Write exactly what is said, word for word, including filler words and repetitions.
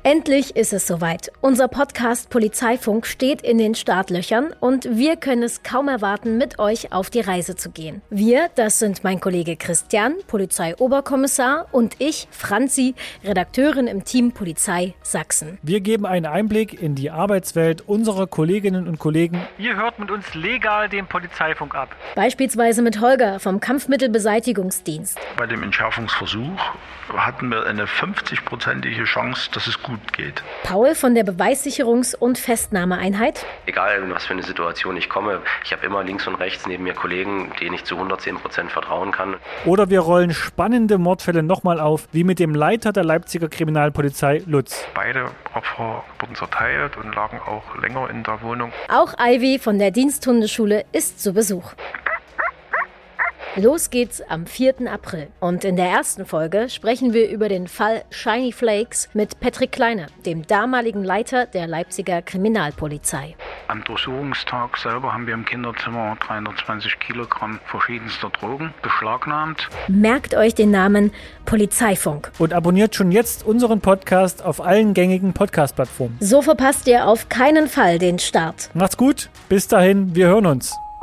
Endlich ist es soweit. Unser Podcast Polizeifunk steht in den Startlöchern und wir können es kaum erwarten, mit euch auf die Reise zu gehen. Wir, das sind mein Kollege Christian, Polizeioberkommissar, und ich, Franzi, Redakteurin im Team Polizei Sachsen. Wir geben einen Einblick in die Arbeitswelt unserer Kolleginnen und Kollegen. Ihr hört mit uns legal den Polizeifunk ab. Beispielsweise mit Holger vom Kampfmittelbeseitigungsdienst. Bei dem Entschärfungsversuch hatten wir eine fünfzig-prozentige Chance, dass es gut geht. Paul von der Beweissicherungs- und Festnahmeeinheit. Egal, in was für eine Situation ich komme, ich habe immer links und rechts neben mir Kollegen, denen ich zu hundertzehn Prozent vertrauen kann. Oder wir rollen spannende Mordfälle nochmal auf, wie mit dem Leiter der Leipziger Kriminalpolizei, Lutz. Beide Opfer wurden zerteilt und lagen auch länger in der Wohnung. Auch Ivy von der Diensthundeschule ist zu Besuch. Los geht's am vierten April. Und in der ersten Folge sprechen wir über den Fall Shiny Flakes mit Patrick Kleine, dem damaligen Leiter der Leipziger Kriminalpolizei. Am Durchsuchungstag selber haben wir im Kinderzimmer dreihundertzwanzig Kilogramm verschiedenster Drogen beschlagnahmt. Merkt euch den Namen Polizeifunk. Und abonniert schon jetzt unseren Podcast auf allen gängigen Podcast-Plattformen. So verpasst ihr auf keinen Fall den Start. Macht's gut, bis dahin, wir hören uns.